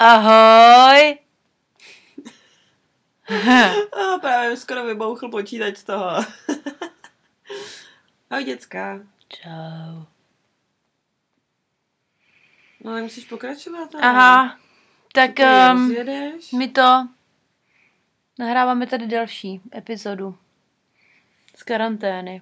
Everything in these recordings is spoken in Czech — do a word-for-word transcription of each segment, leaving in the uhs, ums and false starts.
Ahoj! A právě skoro vybouchl počítač z toho. Ahoj, děcka. Čau. No, ale musíš pokračovat. Ale... Aha, tak um, my to nahráváme tady další epizodu z karantény.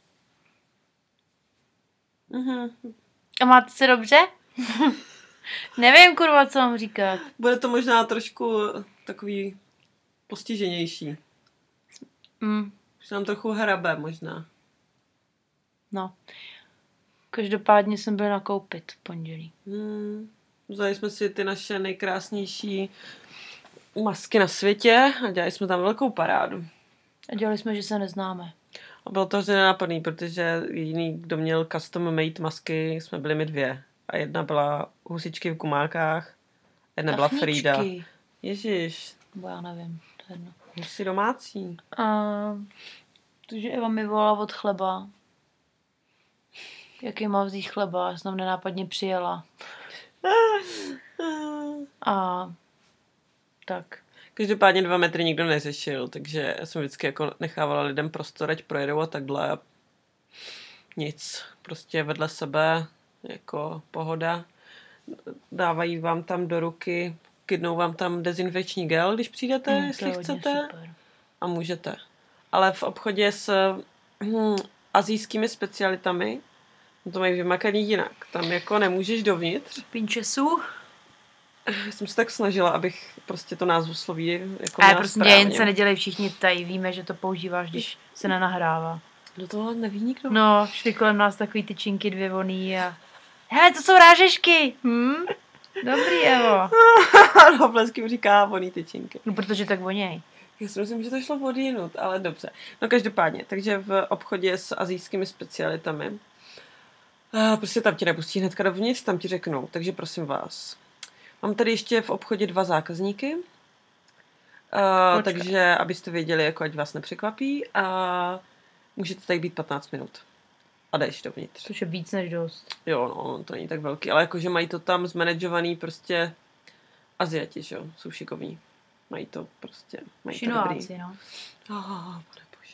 Mhm. A máte se dobře? Nevím, kurva, co mám říkat. Bude to možná trošku takový postiženější. Mm. Už nám trochu hrabe možná. No. Každopádně jsem byl nakoupit v pondělí. Hmm. Vzali jsme si ty naše nejkrásnější masky na světě a dělali jsme tam velkou parádu. A dělali jsme, že se neznáme. A bylo to hrozně nenápadný, protože jediný, kdo měl custom made masky, jsme byli my dvě. A jedna byla husičky v gumákách, jedna byla Frida. Ježiš. Bo já nevím, to je jedno. Husy domácí. A, takže Eva mi volala od chleba. Jaký mám vzít chleba? Já jsem tam nenápadně přijela. A tak. Každopádně dva metry nikdo neřešil, takže já jsem vždycky jako nechávala lidem prostor, ať projedou a takhle. Nic. Prostě vedle sebe, jako pohoda. Dávají vám tam do ruky, kydnou vám tam dezinfekční gel, když přijdete, mm, jestli chcete. Super. A můžete. Ale v obchodě s hm, asijskými specialitami to mají vymakaný jinak. Tam jako nemůžeš dovnitř. Pinčesu. Já jsem se tak snažila, abych prostě to názvu sloví jako ale prostě jen se nedělej všichni tady. Víme, že to používáš, když se nenahrává. Do toho neví nikdo. No, šli kolem nás takový tyčinky dvě voný a hele, to jsou rážešky. Hm? Dobrý, Evo. No, Blesky říká voný tyčinky. No, protože tak voněj. Já si myslím, že to šlo odjinut, ale dobře. No každopádně, takže v obchodě s asijskými specialitami a prostě tam ti nepustí hnedka dovnitř, tam ti řeknou. Takže prosím vás. Mám tady ještě v obchodě dva zákazníky, uh, takže abyste věděli, jako ať vás nepřekvapí a můžete tady být patnáct minut. A jdeš dovnitř. Což je víc než dost. Jo, no, to není tak velký, ale jakože mají to tam zmanagovaný prostě Aziati, že jo, jsou šikovní. Mají to prostě, mají Šinováci, to dobrý. no. Oh, pane bože.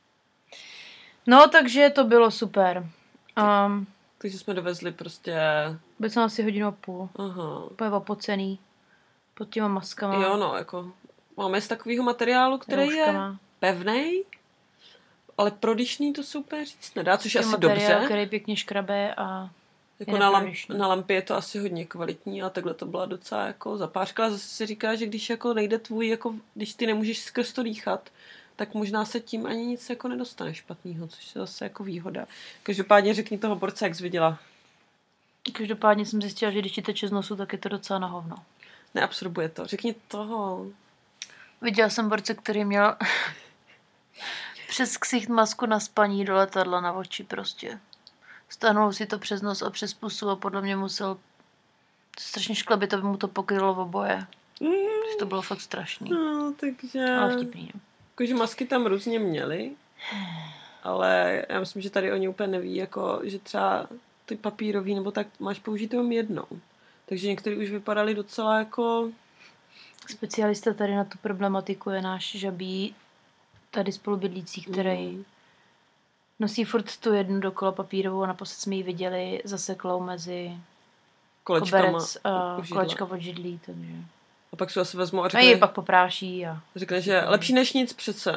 No, takže to bylo super. Um, takže jsme dovezli prostě... Byl jsem asi hodinu a půl. Aha. Úplně opocený. Pod těma maskama. Jo, no, jako máme z takového materiálu, který rouškama. Je pevnej, ale prodyšný to super říct nedá, což je asi materiál, dobře. Který pěkně škrabe a jako na, lamp, na lampě je to asi hodně kvalitní a takhle to byla docela jako zapářka. A zase si říká, že když jako nejde tvůj, jako když ty nemůžeš skrz to dýchat, tak možná se tím ani nic jako nedostane špatného, což je zase jako výhoda. Každopádně řekni toho borce, jak jsi viděla. Každopádně jsem zjistila, že když ti teče z nosu, tak je to docela na hovno. Neabsorbuje to. Řekni toho. Viděla jsem borce, který měl přes ksicht masku na spaní do letadla na oči prostě. Stáhnul si to přes nos a přes pusu a podle mě musel strašně šklebit, aby mu to pokrylo v oboje. Mm. Takže to bylo fakt strašný. No, takže... Ale vtipný. Jakože masky tam různě měli, ale já myslím, že tady oni úplně neví, jako, že třeba ty papírový nebo tak máš použít jenom jednou. Takže některý už vypadaly docela jako... Specialista tady na tu problematiku je náš žabí tady spolubydlící, který mm. nosí furt tu jednu dokola papírovou a naposled jsme ji viděli zaseklou mezi koberec a kolečka od židlí, takže... A pak se asi vezmu a řekne... A ji pak popráší a... Řekne, že lepší než nic přece.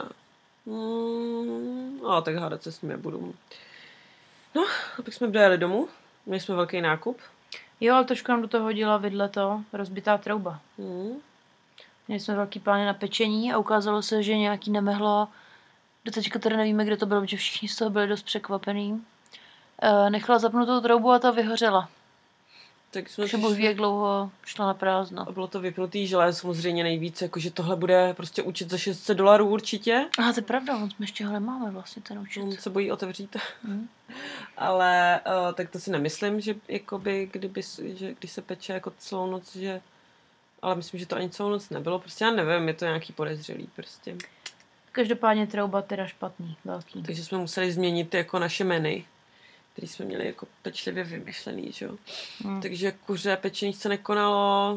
Mm, a tak hádat se s ním nebudu. No, a pak jsme dojeli domů. Měli jsme velký nákup. Jo, ale trošku nám do toho hodila vidle to rozbitá trouba. Mm. Měli jsme velký plány na pečení a ukázalo se, že nějaký nemehlo. Do teďka tady nevíme, kde to bylo, protože všichni z toho byli dost překvapení. E, nechala zapnutou troubu a ta vyhořela. Tak jsme přišli... Bůh ví, jak dlouho šla na prázdno. A bylo to vypnutý želé samozřejmě nejvíc, jakože tohle bude prostě účet za šest set dolarů určitě. Aha, to je pravda, on jsme ještě ho nemáme vlastně ten účet. On se bojí otevřít. Mm. Ale uh, tak to si nemyslím, že jakoby, kdyby, že když se peče jako celou noc, že... Ale myslím, že to ani celou noc nebylo. Prostě já nevím, je to nějaký podezřelý prostě. Každopádně trouba teda špatný, velký. Takže jsme museli změnit jako naše menu, který jsme měli jako pečlivě vymyšlený, že jo. Hmm. Takže kuře pečení se nekonalo,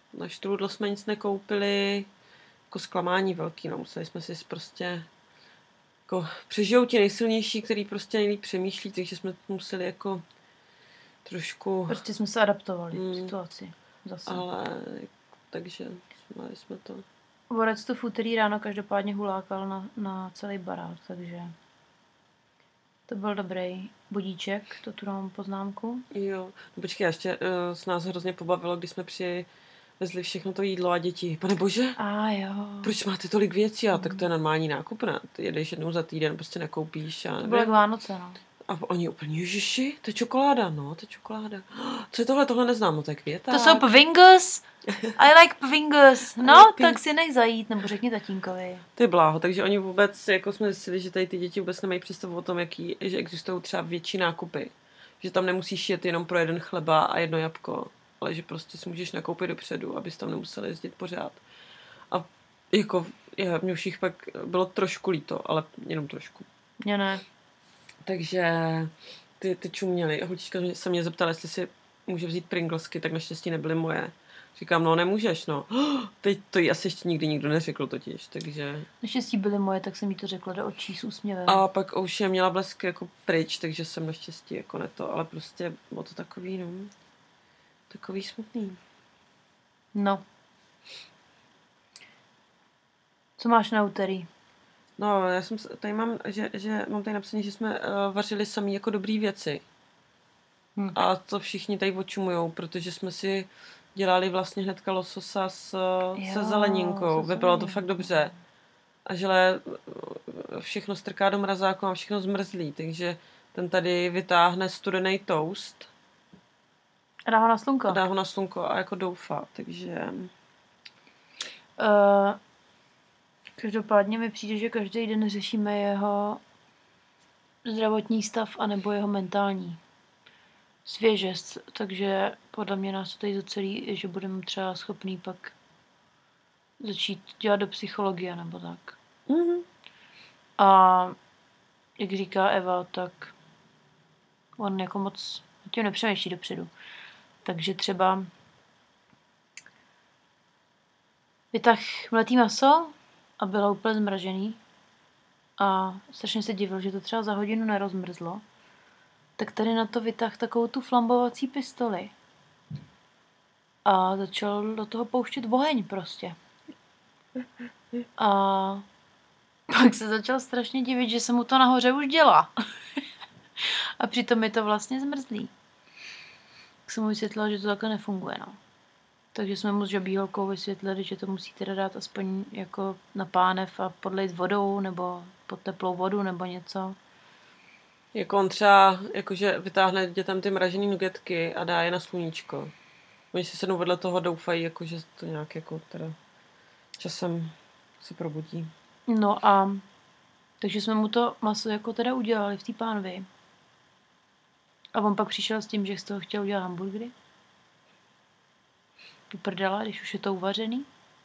na štrůdl jsme nic nekoupili, jako zklamání velký, no, museli jsme si prostě, jako přežijou ti nejsilnější, který prostě nejlíp přemýšlí, takže jsme museli jako trošku... Prostě jsme se adaptovali mm, v situaci. Zase. Ale, takže měli jsme to. Borec to v úterý ráno každopádně hulákal na, na celý barák, takže to byl dobrý budíček, to tu mám poznámku. Jo, no počkej, ještě uh, s nás hrozně pobavilo, když jsme přivezli všechno to jídlo a děti. Pane bože, a jo. Proč máte tolik věcí? A mm. tak to je normální nákup, ne? Ty jedeš jednou za týden, prostě nekoupíš. A to bylo jak Vánoce, no. A oni úplně, ježiši, to je čokoláda, no, to je čokoláda. Co je tohle, tohle neznám, no to je květák. To jsou pvingus, I like pvingus. No, tak si nech zajít, nebo řekni tatínkovi. Ty bláho, takže oni vůbec, jako jsme zjistili, že tady ty děti vůbec nemají představu o tom, jaký, že existují třeba větší nákupy. Že tam nemusíš jet jenom pro jeden chleba a jedno jabko, ale že prostě si můžeš nakoupit dopředu, abys tam nemusel jezdit pořád. A jako, je, mě už jich pak bylo trošku líto, ale jenom trošku. Mě ne. Takže ty, ty čuměli. Holčička se mě zeptala, jestli si může vzít Pringlesky, tak naštěstí nebyly moje. Říkám, no nemůžeš, no. Teď to jí asi ještě nikdy nikdo neřekl totiž, takže... Naštěstí byly moje, tak jsem jí to řekla do očí s úsměvem. A pak už je měla blesk jako pryč, takže jsem naštěstí jako ne to, ale prostě bylo to takový, no. Takový smutný. No. Co máš na úterý? No, já jsem tady mám, že, že mám tady napsané, že jsme uh, vařili sami jako dobrý věci. Hmm. A to všichni tady očumujou, protože jsme si dělali vlastně hnedka lososa s, jo, se zeleninkou. Vypadalo to fakt dobře. A žele všechno strká do mrazáku a všechno zmrzlý, takže ten tady vytáhne studený toast. A dá ho na slunko. A dá ho na slunko a jako doufá, takže... Uh... Každopádně mi přijde, že každý den řešíme jeho zdravotní stav anebo jeho mentální svěžest, takže podle mě nás to tady zacelí, že budeme třeba schopný pak začít dělat do psychologie nebo tak. Mm-hmm. A jak říká Eva, tak on jako moc tím nepřemýšlí dopředu. Takže třeba vytah mletý maso a bylo úplně zmražený a strašně se divil, že to třeba za hodinu nerozmrzlo, tak tady na to vytáhl takovou tu flambovací pistoli a začal do toho pouštět oheň prostě. A pak se začal strašně divit, že se mu to nahoře už dělá. A přitom je to vlastně zmrzlý. Tak jsem mu vysvětlila, že to takhle nefunguje, no. Takže jsme mu s žabí holkou vysvětlili, že to musí teda dát aspoň jako na pánev a podlejt vodou nebo pod teplou vodu nebo něco. Jako on třeba jakože vytáhne dětem ty mražený nugetky a dá je na sluníčko. Oni si sednou vedle toho, doufají, jakože to nějak jako teda časem se probudí. No a takže jsme mu to maso jako teda udělali v té pánvi. A on pak přišel s tím, že z toho chtěl udělat hamburgery. Do prdela, když už je to uvařený.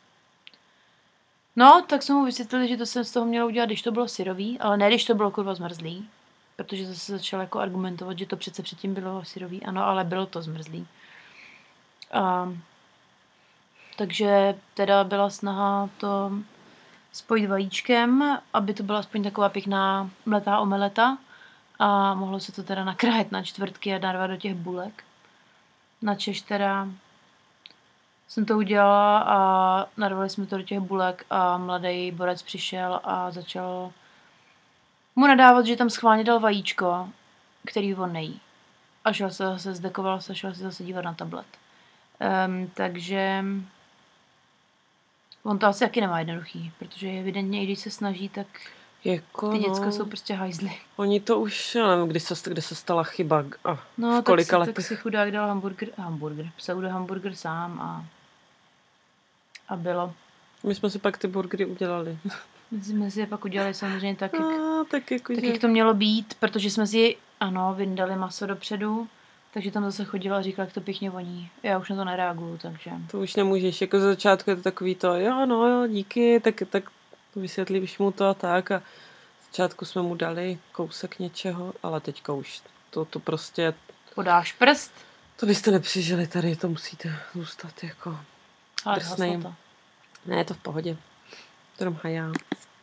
No, tak jsme mu vysvětlili, že to jsem z toho měla udělat, když to bylo syrový, ale ne, když to bylo kurva zmrzlý. Protože zase začal jako argumentovat, že to přece předtím bylo syrový. Ano, ale bylo to zmrzlý. A, takže teda byla snaha to spojit vajíčkem, aby to byla aspoň taková pěkná mletá omeleta. A mohlo se to teda nakrájet na čtvrtky a dát do těch bulek. Načež teda jsem to udělala a narvali jsme to do těch bulek a mladý borec přišel a začal mu nadávat, že tam schválně dal vajíčko, který on nejí. A šel se zase, zdekoval se, šel se zase dívat na tablet. Um, takže on to asi taky nemá jednoduchý, protože evidentně, i když se snaží, tak jako, ty děcka no, jsou prostě hajzly. Oni to už, já nevím, kdy se, kde se stala chyba a no, v kolika tak si, letech. tak si chudák dal hamburger, hamburger, pseudo hamburger sám a, a bylo. My jsme si pak ty burgery udělali. My jsme si je pak udělali samozřejmě tak, jak, a, tak, jako, tak že... jak to mělo být, protože jsme si, ano, vyndali maso dopředu, takže tam zase chodila a říkala, jak to pěkně voní. Já už na to nereaguju, takže... To už nemůžeš, jako za začátku je to takový to, jo, no jo, díky, tak, tak vysvětlíš mu to a tak a z začátku jsme mu dali kousek něčeho, ale teďka už to, to prostě... Podáš prst? To byste nepřežili tady, to musíte zůstat jako... Ale drsnej. Ne, je to v pohodě. To jenom hajá.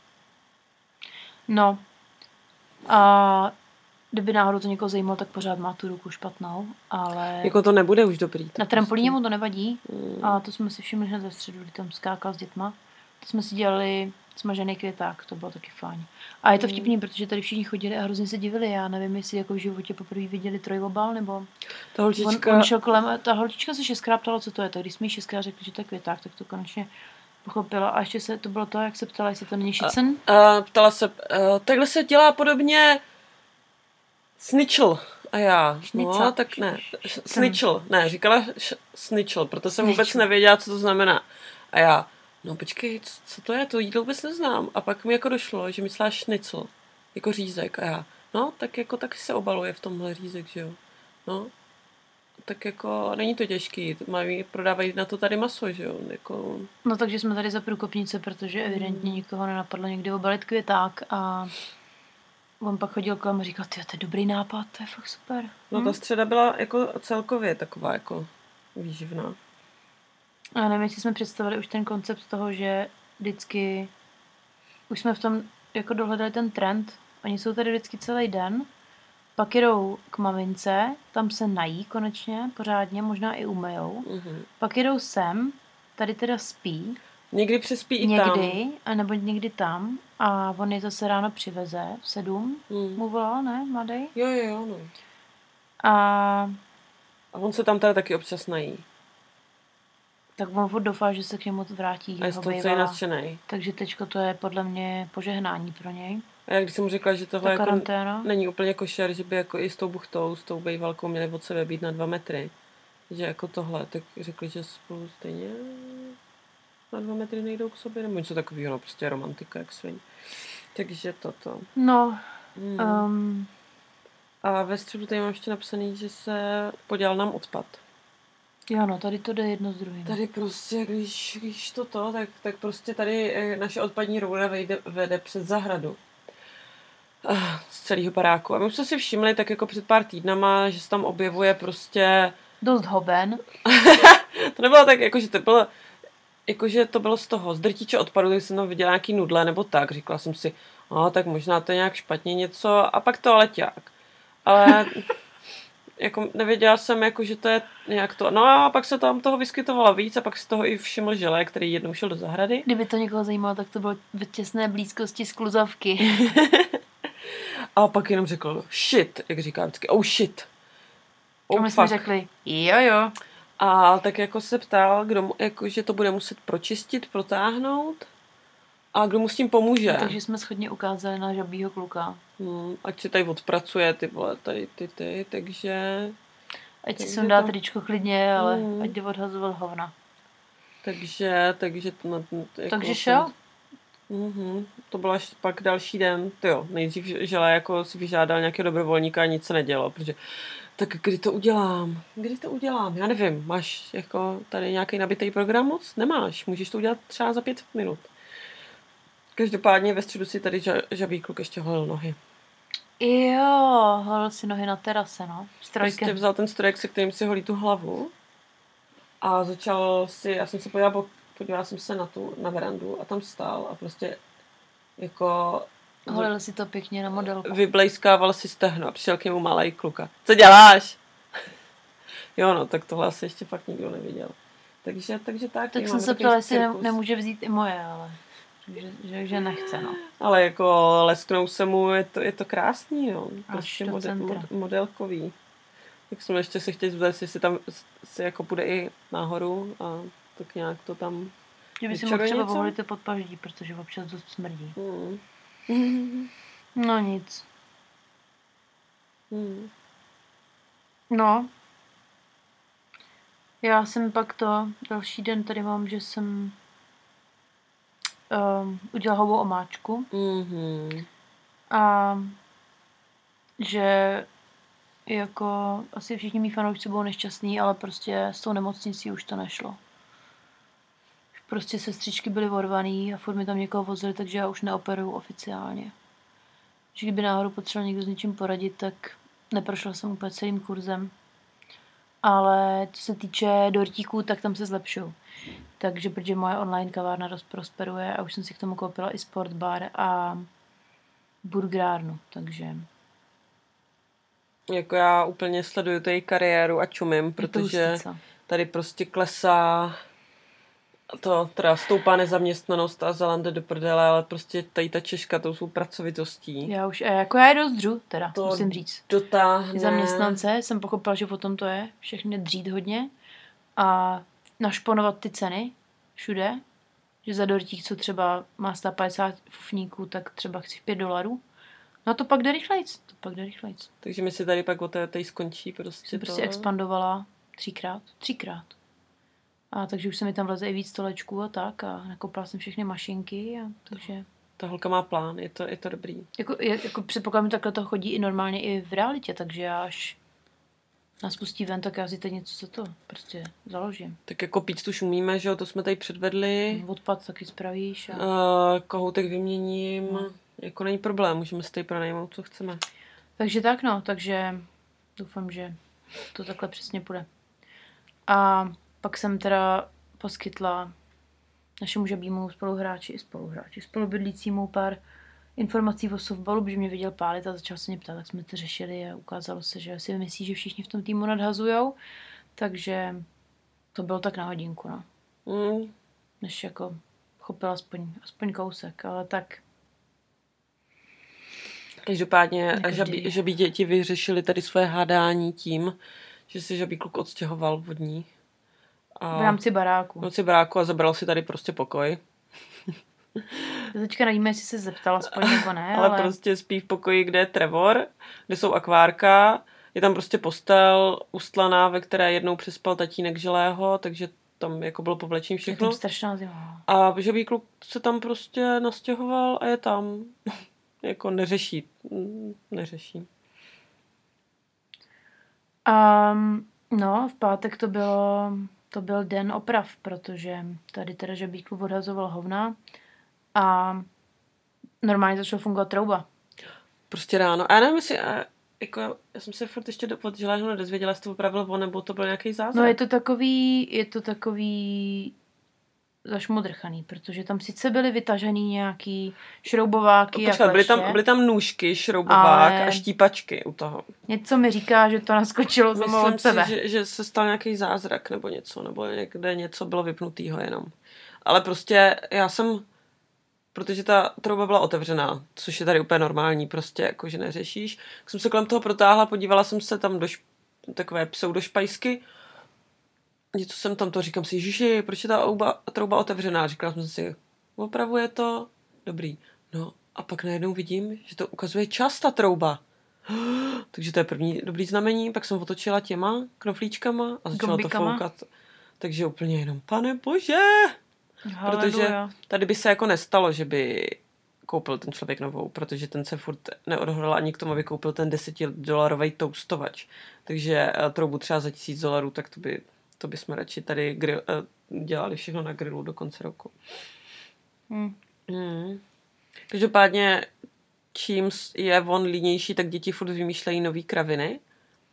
No. A kdyby náhodou to někoho zajímalo, tak pořád má tu ruku špatnou, ale... Jako to nebude už dobrý. Na trampolíně mu to nevadí. Mm. A to jsme si všimli hned ve středu, kdy tam skákal s dětma. To jsme si dělali smažený květák, to bylo taky fajn. A je to vtipný, protože tady všichni chodili a hrozně se divili. Já nevím, jestli jako v životě poprvé viděli trojobal, nebo... Ta holčička... On, on šel kolem, ta holčička se šestkrát ptala, co to je. Tak když jsme jí šestkrát řekli, že to je květák, tak to konečně pochopila. A ještě se to bylo to, jak se ptala, jestli to není šicen. A, a ptala se, uh, takhle se dělá podobně snitchel. A já, Šnica. no tak ne, snitchel, ne, říkala š- snitchel, proto jsem vůbec nevěděla, co to znamená. A já, no počkej, co, co to je, to jídlo vůbec neznám. A pak mi jako došlo, že myslela šnicl, jako řízek. A já, no tak jako taky se obaluje v tomhle řízek, že jo. No, tak jako není to těžký, mají, prodávají na to tady maso, že jo. Jako... No takže jsme tady za průkopnice, protože evidentně nikoho nenapadlo někdy obalit květák a on pak chodil kolem a říkal, tyjo, to je dobrý nápad, to je fakt super. No ta středa byla jako celkově taková jako výživná. A nevím, jestli jsme představili už ten koncept toho, že vždycky, už jsme v tom jako dohledali ten trend, oni jsou tady vždycky celý den, pak jedou k mamince, tam se nají konečně, pořádně, možná i umejou, Mm-hmm. pak jedou sem, tady teda spí, Někdy přespí i tam. někdy, anebo někdy tam a on je zase ráno přiveze v sedm, Mm. mu volal, ne, mladej? Jo, jo, jo, no. A A on se tam teda taky občas nají. tak on furt doufá, že se k němu vrátí A je z jeho toho celý bývalá. nadšenej. Takže teďko to je podle mě požehnání pro něj. A já když jsem mu řekla, že tohle Ta jako karanténa. není úplně košer, že by jako i s tou buchtou, s tou bejvalkou měli od sebe být na dva metry. Že jako tohle, tak řekli, že spolu stejně na dva metry nejdou k sobě, nebo něco takového, no prostě romantika, jak svin. Takže toto. No, Mm. um, A ve středu tady mám ještě napsaný, že se podělal nám odpad. jo no, tady to jde jedno s druhým. Tady prostě, když, když toto, tak, tak prostě tady eh, naše odpadní roura vejde, vede přes zahradu. Ah, z celého baráku. A my už jsme si všimli tak jako před pár týdnama, že se tam objevuje prostě... Dost hoben. To nebylo tak, jako, že to bylo... Jakože to bylo z toho, z drtiče odpadu, tak jsem tam viděla nějaký nudle nebo tak. Říkala jsem si, no tak možná to je nějak špatně něco a pak to ale ťák. Ale jako nevěděla jsem, jako, že to je nějak to. No a pak se tam toho vyskytovalo víc a pak se toho i všiml žele, který jednou šel do zahrady. Kdyby to někoho zajímalo, tak to bylo v těsné blízkosti skluzavky. A pak jenom řekl shit, jak říká vždycky, oh shit. Oh, a my fuck. jsme řekli, jo jo. A tak jako se ptal, kdo mu, jako, že to bude muset pročistit, protáhnout a kdo mu s tím pomůže. No, takže jsme schodně ukázali na žabýho kluka. Hmm, ať si tady odpracuje ty vole, tady ty ty, takže... Ať si takže sem dá to- tričko klidně, ale Mm. ať jde odhazovat hovna. Takže, takže to... Na, jako Takže to- šel? Mhm, to byl až pak další den, jo, nejdřív žele jako si vyžádal nějakého dobrovolníka a nic se nedělo, protože tak kdy to udělám? Kdy to udělám? Já nevím, máš jako tady nějaký nabitý program moc? Nemáš, můžeš to udělat třeba za pět minut. Každopádně ve středu si tady ža- žabý kluk ještě holil nohy. Jo, holil si nohy na terase, no. Strojkem. Prostě vzal ten strojek, se kterým si holí tu hlavu a začal si, já jsem se podívala, po- podívala jsem se na tu, na verandu a tam stál a prostě jako Holil si to pěkně na modelku. vyblejskával si stehno a přišel k němu malej kluka. Co děláš? Jo, no, tak tohle asi ještě fakt nikdo neviděl. Takže, takže tak. Tak máme jsem se takový ptala, jestli ne, cirkus. nemůže vzít i moje, ale že, že, že nechce, no. Ale jako lesknou se mu, je to, je to krásný, no. Až Prostě do mode, centra. mod, modelkový. Tak jsme ještě se chtěli zeptat, jestli tam se jako bude i nahoru a tak nějak to tam... Že by si Vyčaruje mohl třeba něco? poholit to podpaždí, protože občas dost smrdí. Hmm. No nic. Hmm. No. Já jsem pak to, další den tady mám, že jsem um, udělala hovou omáčku Mhm. a že jako asi všichni mý fanoušci budou nešťastní, ale prostě s tou nemocnicí už to nešlo. Prostě sestřičky byly orvaný a furt mi tam někoho vozili, takže já už neoperuju oficiálně. Že kdyby náhodou potřeboval někdo s něčím poradit, tak neprošla jsem úplně celým kurzem. ale co se týče dortíků, tak tam se zlepšují. Takže, protože moje online kavárna dost prosperuje a už jsem si k tomu koupila i sportbar a burgerárnu, takže... Jako já úplně sleduju tady kariéru a čumím, protože tady prostě klesá to, teda stoupá nezaměstnanost a Zalande do prdele, ale prostě tady ta Češka, to jsou pracovitostí. Já už, jako já je dost dřu, teda, to musím říct. Dotáhne. Zaměstnance, jsem pochopila, že potom to je, všechny dřít hodně a našponovat ty ceny všude, že za dortík, co třeba má sto padesát fufníků, tak třeba chci pět dolarů. No to pak jde rychlejc, to pak jde rychlejc. Takže mi si tady pak o té tady skončí prostě jsem to. prostě expandovala třikrát, třikrát. A takže už se mi tam vleze i víc stolečků a tak a nakopala jsem všechny mašinky a takže... Ta holka má plán, je to, je to dobrý. Jako, je, jako předpokládám, takhle to chodí i normálně i v realitě, takže já až nás pustí ven, tak já si teď něco za to prostě založím. Tak jako pít už umíme, že jo, to jsme tady předvedli. Odpad taky spravíš. A... Uh, kohoutek vyměním, no. Jako není problém, můžeme si tady pronajmout, co chceme. Takže tak no, takže doufám, že to takhle přesně půjde. A pak jsem teda poskytla našemu žabímu spoluhráči, spoluhráči, spolubydlícímu pár informací o softballu, protože mě viděl pálit a začal se mě ptát, tak jsme to řešili a ukázalo se, že si myslí, že všichni v tom týmu nadhazujou, takže to bylo tak na hodinku, no. Mm. Než jako chopil aspoň, aspoň kousek, ale tak. Každopádně žabí, žabí děti vyřešili tady svoje hádání tím, že si žabí kluk odstěhoval od ní. A v rámci baráku. V rámci baráku a zabral si tady prostě pokoj. Teďka nevíme, jestli se zeptal aspoň nebo ne, ale... ale... prostě spí v pokoji, kde je Trevor, kde jsou akvárka, je tam prostě postel ustlaná, ve které jednou přespal tatínek žilého, takže tam jako bylo povlečení všechno. Je tam strašná zima. A žabý kluk se tam prostě nastěhoval a je tam. Jako neřeší. Neřeší. Um, no, v pátek to bylo... To byl den oprav, protože tady teda žabý kluk odhazoval hovna a normálně začala fungovat trouba. Prostě ráno. A já nevím, jestli, a, jako, já jsem se furt ještě od žilého nedozvěděla, jestli to opravil on, nebo to byl nějaký zázrak. No je to takový, je to takový zašmodrchaný, protože tam sice byly vytažený nějaký šroubováky no, počkat, a byly tam, byly tam nůžky, šroubovák ale... a štípačky u toho. Něco mi říká, že to naskočilo samo od sebe. Myslím si, že, že se stal nějaký zázrak nebo něco, nebo někde něco bylo vypnutýho jenom. Ale prostě já jsem, protože ta trouba byla otevřená, což je tady úplně normální, prostě jako, že neřešíš. Tak jsem se kolem toho protáhla, podívala jsem se tam do šp... takové pseudošpajsky. Něco jsem tam to, říkám si, ježiši, proč je ta ouba, trouba otevřená? Říkala jsem si, opravuje to? Dobrý. No a pak najednou vidím, že to ukazuje čas, ta trouba. Takže to je první dobrý znamení. Pak jsem otočila těma knoflíčkama a začala Gombikama. To foukat. Takže úplně jenom, pane bože! Haleluja. Protože tady by se jako nestalo, že by koupil ten člověk novou, protože ten se furt neodhodlal ani k tomu, aby koupil ten desetidolarový toustovač. Takže troubu třeba za tisíc dolarů, tak to by to bychom radši tady grill, dělali všechno na grilu do konce roku. Hmm. Hmm. Každopádně, čím je on línější, tak děti furt vymýšlejí nový kraviny.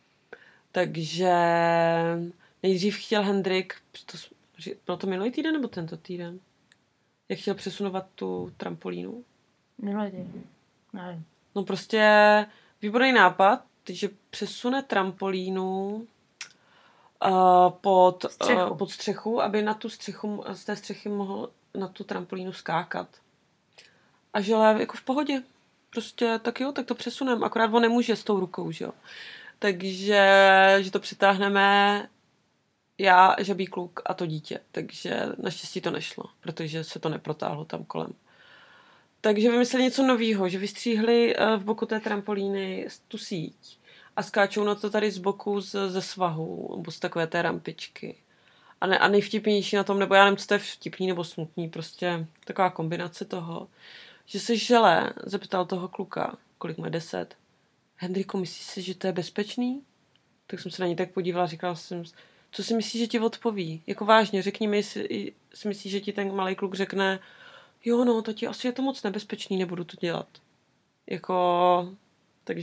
Takže nejdřív chtěl Hendrik, to, bylo to minulý týden nebo tento týden? Jak chtěl přesunovat tu trampolínu? Minulý týden. Ne. No prostě výborný nápad, že přesune trampolínu Uh, pod, střechu. Uh, pod střechu, aby na tu střechu, z té střechy mohl na tu trampolínu skákat. A že jako v pohodě. Prostě tak jo, tak to přesuneme. Akorát on nemůže s tou rukou, že jo. Takže, že to přitáhneme já, žabý kluk a to dítě. Takže naštěstí to nešlo, protože se to neprotáhlo tam kolem. Takže vymysleli něco novýho, že vystříhli uh, v boku té trampolíny tu síť. A skáčou na to tady z boku z, ze svahu, nebo z takové té rampičky. A, ne, a nejvtipnější na tom, nebo já nevím, co to je vtipný nebo smutný, prostě taková kombinace toho, že se žele zeptal toho kluka, kolik má deset. Hendriko, myslíš si, že to je bezpečný? Tak jsem se na ní tak podívala a říkala jsem, co si myslíš, že ti odpoví? Jako vážně, řekni mi, jestli si myslíš, že ti ten malý kluk řekne, jo no, tati, asi je to moc nebezpečný, nebudu to dělat. Jako, takže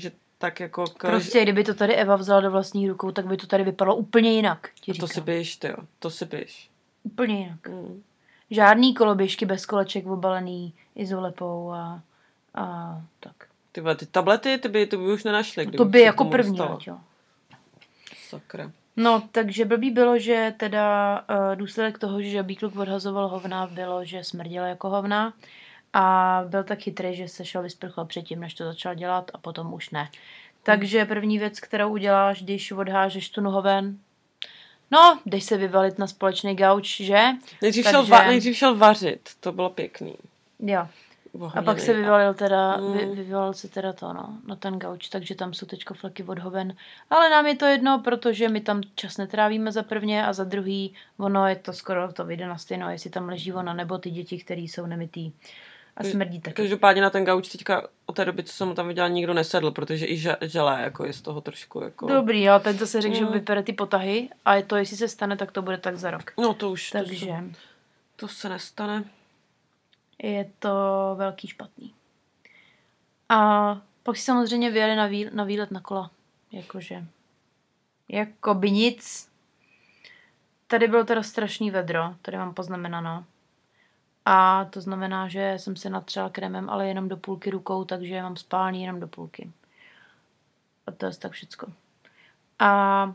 tak jako... K... Prostě kdyby to tady Eva vzala do vlastních rukou, tak by to tady vypadalo úplně jinak. A to si běž, tyjo, to si běž. Úplně jinak. Mm. Žádný koloběžky bez koleček obalený izolepou a, a tak. Ty, ty tablety, ty by, ty by už nenašli. To by jako první, jo. Sakra. No, takže blbý bylo, že teda uh, důsledek toho, že žabý kluk odhazoval hovna, bylo, že smrděl jako hovna a byl tak chytrý, že se šel vysprchovat předtím, než to začal dělat a potom už ne. Takže první věc, kterou uděláš, když odhážeš tu nohoven, no, jdeš se vyvalit na společný gauč, že? Nejdřív, Takže... šel, va- nejdřív šel vařit, to bylo pěkný. Jo. A pak se vyvalil teda, mm. vy, vyvalil se teda to, no, na ten gauč, takže tam jsou teďko fleky od hoven. Ale nám je to jedno, protože my tam čas netrávíme za prvně a za druhý, ono je to skoro, to vyjde na stejno, jestli tam leží ona nebo ty děti, které jsou nemitý a smrdí taky. Každopádně na ten gauč teďka od té doby, co jsem tam viděla, nikdo nesedl, protože i želé jako je z toho trošku jako... Dobrý, ale teď zase řekl, mm. že vypere ty potahy a je to, jestli se stane, tak to bude tak za rok. No to už, takže... to, se, to se nestane. Je to velký špatný. A pak si samozřejmě vyjeli na, výlet, na výlet na kola. Jakože. Jakoby nic. Tady bylo teda strašný vedro. Tady mám poznamenáno. A to znamená, že jsem se natřela krémem, ale jenom do půlky rukou, takže mám spálný jenom do půlky. A to je tak všecko. A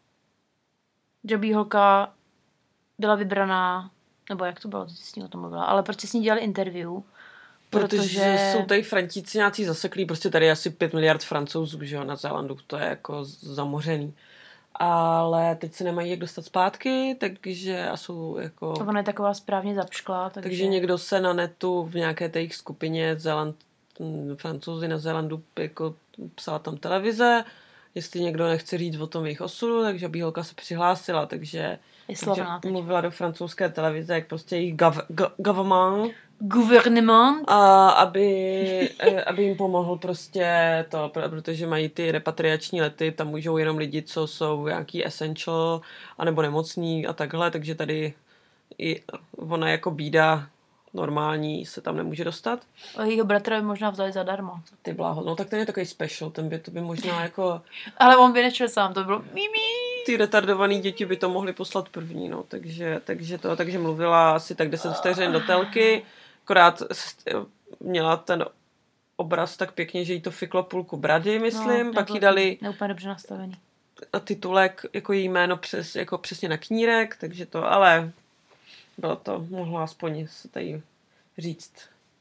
Jobby holka byla vybraná, nebo jak to bylo, ty jsi s ní o tom mluvila, ale proč jsi s ní dělali interview? Protože, protože jsou tady Frantíci nějací zaseklí, prostě tady je asi pět miliard Francouzů, že jo, na Zélandu, to je jako zamořený. Ale teď se nemají jak dostat zpátky, takže a jsou jako... Ona je taková správně zapšklá, takže... Takže někdo se na netu v nějaké té jejich skupině Zéland, Francouzi na Zélandu jako psala tam televize, jestli někdo nechce říct o tom jejich osudu, takže Bíholka se přihlásila, takže... Takže mluvila do francouzské televize, jak prostě jejich gov, go, government, gouvernement, a aby, aby jim pomohl prostě to, protože mají ty repatriační lety, tam můžou jenom lidi, co jsou nějaký essential, anebo nemocní a takhle, takže tady i ona jako bída normální se tam nemůže dostat. A jejího bratra by možná vzali zadarmo. Ty bláho, no tak ten je takový special, ten by to by možná jako... Ale on by nešel sám, to bylo mimi. Ty retardovaný děti by to mohly poslat první, no, takže, takže to, takže mluvila asi tak deset vteřin do telky, akorát měla ten obraz tak pěkně, že jí to fiklo půlku brady, myslím, no, pak jí dali neúplně dobře nastavený. A titulek, jako její jméno přes, jako přesně na knírek, takže to, ale bylo to, mohla aspoň se tady říct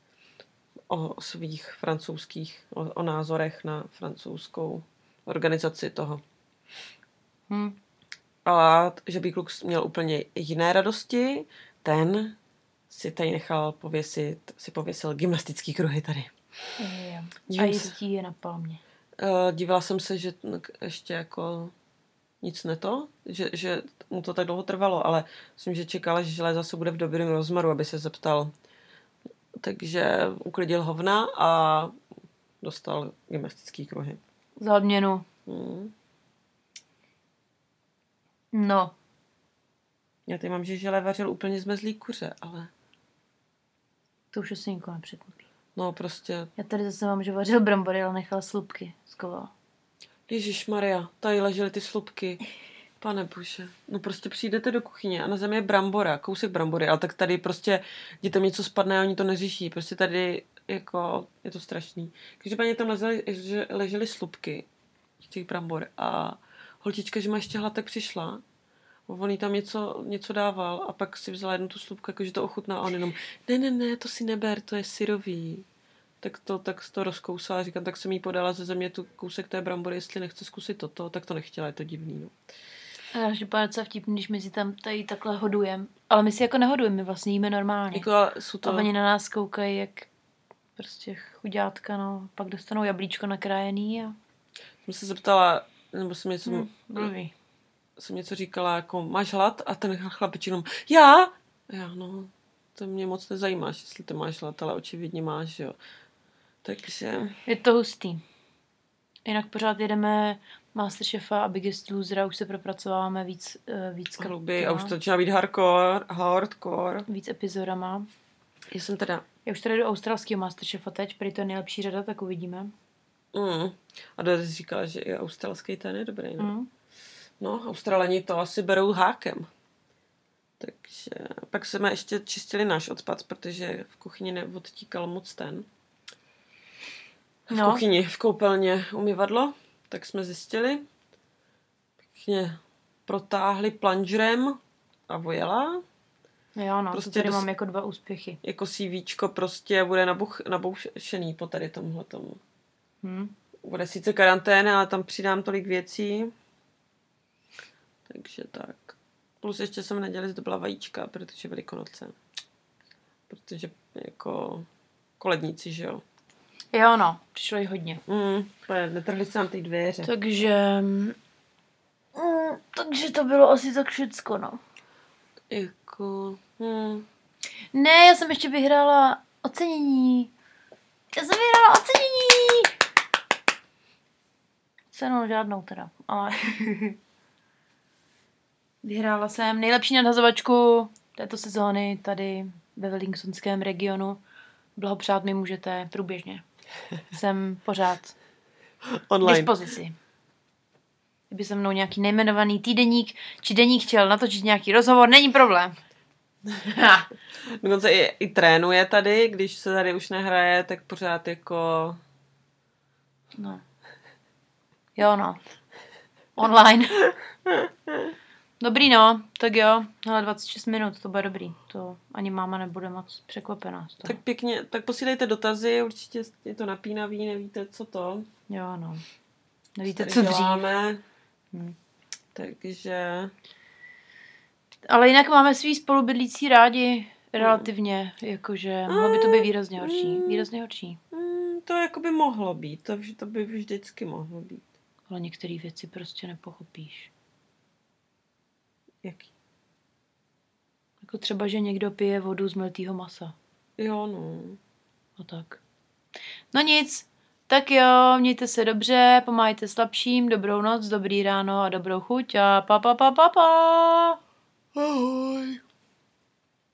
o svých francouzských, o, o názorech na francouzskou organizaci toho. Hmm. A že by kluk měl úplně jiné radosti, ten si tady nechal pověsit, si pověsil gymnastický kruhy tady. Je, je. A jistí je na palmě. Uh, dívala jsem se, že ještě jako nic neto, že, že mu to tak dlouho trvalo, ale myslím, že čekala, že železa se bude v dobrém rozmaru, aby se zeptal. Takže uklidil hovna a dostal gymnastický kruhy. Za odměnu. Hmm. No. Já tady mám, že žele vařil úplně zmezlý kuře, ale... To už asi nikoho nepřekvapí. No prostě... Já tady zase mám, že vařil brambory, ale nechal slupky. Skoval. Ježišmarja, tady ležely ty slupky. Pane bože. No prostě přijdete do kuchyně a na zemi je brambora, kousek brambory, ale tak tady prostě dětem něco spadne a oni to neřeší. Prostě tady jako je to strašný. Každopádně tam ležely, ležely slupky těch brambor a holčička, že má ještě hlad, tak přišla. On jí tam něco, něco dával a pak si vzala jednu tu slupku, jakože to ochutná a on jenom ne, ne, ne, to si neber, to je syrový. Tak to, tak to rozkousala, říkám, tak jsem jí podala ze země tu kousek té brambory, jestli nechce zkusit toto, tak to nechtěla, je to divný, no. A že pane, co vtipný, když my si tam tady takhle hodujeme. Ale my si jako nehodujeme, my vlastně jíme normálně. Jako, jsou to... A oni na nás koukají, jak prostě chudátka, no. Pak dostanou jablíčko nakrájený a... Jsem se zeptala, nebo jsem něco... Hmm, blbý. Jsem něco říkala, jako máš hlad? A ten chlapič jenom, já? Já, no, to mě moc nezajímáš, jestli ty máš hlad, ale očividně máš, jo. Takže... Je to hustý. Jinak pořád jedeme Masterchefa a Biggest Losera, už se propracováváme víc, víc hluby a už to začíná být hardcore, hardcore. Víc epizodama. Já jsem teda... Já už tady jdu australského Masterchefa teď, prý to je nejlepší řada, tak uvidíme. Mm. A Doris říkala, že i australský ten je dobrý. No, Mm. no Australani to asi berou hákem. Takže pak jsme ještě čistili náš odpad, protože v kuchyni neodtíkal moc ten. V No. kuchyni, v koupelně umyvadlo, tak jsme zjistili. Pěkně protáhli plungerem a vojela. Jo, no, Prostě to tady dos- mám jako dva úspěchy. Jako CVčko prostě bude nabuch, naboušený po tady tomhletomu. Hmm. Bude sice karanténa, ale tam přidám tolik věcí. Takže tak. Plus ještě jsem v neděli zdobila vajíčka, protože Velikonoce. Protože jako koledníci, že jo. Jo, no, přišlo jich hodně. Mm, netrhli se nám ty dveře. Takže... Mm, takže to bylo asi tak všecko, no. Jako... Hmm. Ne, já jsem ještě vyhrála ocenění. Já jsem vyhrála ocenění! Cenu žádnou teda, ale... Vyhrála jsem nejlepší nadhazovačku této sezóny tady ve Wellingtonském regionu. Blahopřát mi můžete průběžně. Jsem pořád k Online. dispozici. Kdyby se mnou nějaký nejmenovaný týdeník či deník chtěl natočit nějaký rozhovor, není problém. Dokonce i, i trénuje tady, když se tady už nehraje, tak pořád jako... No. Jo, no. Online. Dobrý, no. Tak jo. Hele, dvacet šest minut, to bude dobrý. To ani máma nebude moc překvapená z toho. Tak pěkně, tak posílejte dotazy, určitě je to napínavý, nevíte, co to. Jo, no. Nevíte, Tady co dřív. děláme. Hmm. Takže... Ale jinak máme svý spolubydlící rádi relativně, jakože mohlo by to být výrazně horší. Výrazně horší. Mm, to jako by mohlo být, to, to by vždycky mohlo být. Ale některé věci prostě nepochopíš. Jaký? Jako třeba, že někdo pije vodu z mletýho masa. Jo, no. A tak. No nic. Tak jo, mějte se dobře, pomáhajte slabším, dobrou noc, dobrý ráno a dobrou chuť a pa pa pa pa pa. Ahoj.